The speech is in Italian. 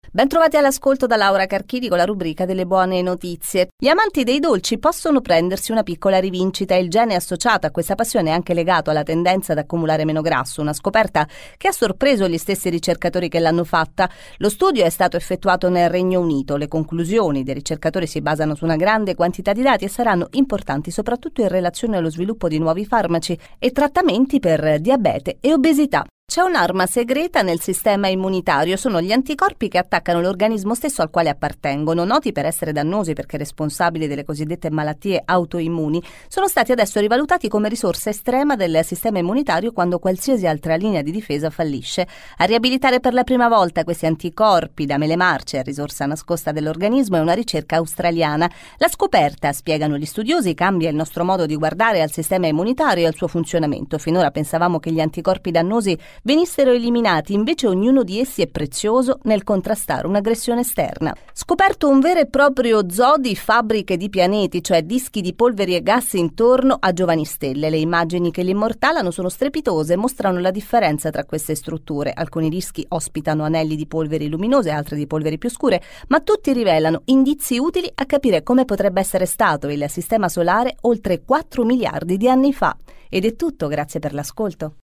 Bentrovati all'ascolto da Laura Carchidi con la rubrica delle buone notizie. Gli amanti dei dolci possono prendersi una piccola rivincita. Il gene associato a questa passione è anche legato alla tendenza ad accumulare meno grasso, una scoperta che ha sorpreso gli stessi ricercatori che l'hanno fatta. Lo studio è stato effettuato nel Regno Unito. Le conclusioni dei ricercatori si basano su una grande quantità di dati e saranno importanti soprattutto in relazione allo sviluppo di nuovi farmaci e trattamenti per diabete e obesità. C'è un'arma segreta nel sistema immunitario, sono gli anticorpi che attaccano l'organismo stesso al quale appartengono. Noti per essere dannosi perché responsabili delle cosiddette malattie autoimmuni, sono stati adesso rivalutati come risorsa estrema del sistema immunitario quando qualsiasi altra linea di difesa fallisce. A riabilitare per la prima volta questi anticorpi da mele marce, risorsa nascosta dell'organismo, è una ricerca australiana. La scoperta, spiegano gli studiosi, cambia il nostro modo di guardare al sistema immunitario e al suo funzionamento. Finora pensavamo che gli anticorpi dannosi venissero eliminati, invece ognuno di essi è prezioso nel contrastare un'aggressione esterna. Scoperto un vero e proprio zoo di fabbriche di pianeti, cioè dischi di polveri e gas intorno a giovani stelle. Le immagini che li immortalano sono strepitose e mostrano la differenza tra queste strutture. Alcuni dischi ospitano anelli di polveri luminose, altri di polveri più scure, ma tutti rivelano indizi utili a capire come potrebbe essere stato il sistema solare oltre 4 miliardi di anni fa. Ed è tutto, grazie per l'ascolto.